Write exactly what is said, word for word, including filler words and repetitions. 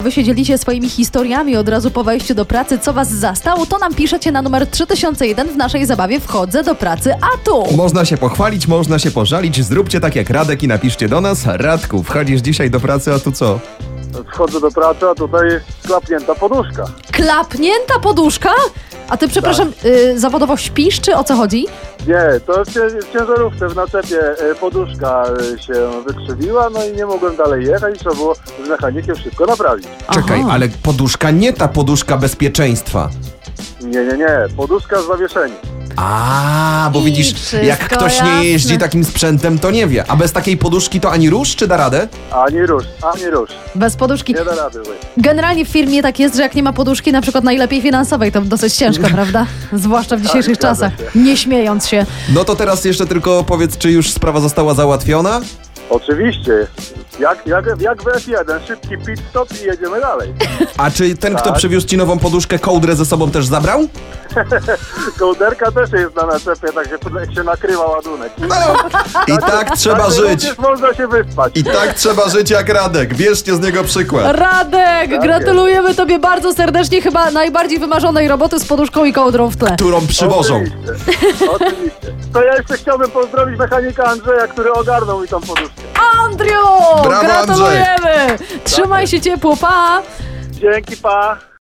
wy się dzielicie swoimi historiami od razu po wejściu do pracy, co was zastało, to nam piszecie na numer trzy tysiące jeden w naszej zabawie Wchodzę do pracy, a tu... Można się pochwalić, można się pożalić, zróbcie tak jak Radek i napiszcie do nas. Radku, wchodzisz dzisiaj do pracy, a tu co? Wchodzę do pracy, a tutaj klapnięta poduszka. Klapnięta poduszka? A ty, przepraszam, y, zawodowo śpisz, czy o co chodzi? Nie, to w cie- w ciężarówce w naczepie e, poduszka e, się wykrzywiła, no i nie mogłem dalej jechać i trzeba było z mechanikiem szybko naprawić. Czekaj, Aha. ale poduszka nie ta poduszka bezpieczeństwa. Nie, nie, nie, poduszka z zawieszeniem. A, bo I widzisz, wszystko jak ktoś jasne. nie jeździ takim sprzętem, to nie wie. A bez takiej poduszki to ani rusz, czy da radę? Ani rusz, ani rusz. Bez poduszki. Nie da rady. Ły. Generalnie w firmie tak jest, że jak nie ma poduszki, na przykład najlepiej finansowej, to dosyć ciężko, prawda? Zwłaszcza w dzisiejszych zgadza czasach. się. Nie śmiejąc się. No to teraz jeszcze tylko powiedz, czy już sprawa została załatwiona? Oczywiście. Jak, jak, jak w F jeden, szybki pit stop i jedziemy dalej. A czy ten, kto Tak. przywiózł ci nową poduszkę, kołdrę ze sobą też zabrał? Kołderka też jest na naczepie, także się nakrywa ładunek. No, i tak trzeba Także żyć. również można się wyspać. I tak trzeba żyć jak Radek. Bierzcie z niego przykład. Radek, Tak gratulujemy tobie bardzo serdecznie, chyba najbardziej wymarzonej roboty z poduszką i kołdrą w tle. Którą przywożą. Oczywiście. Oczywiście. To ja jeszcze chciałbym pozdrowić mechanika Andrzeja, który ogarnął mi tą poduszkę. Andriu, Brawo, gratulujemy! Trzymaj się ciepło, pa! Dzięki, pa!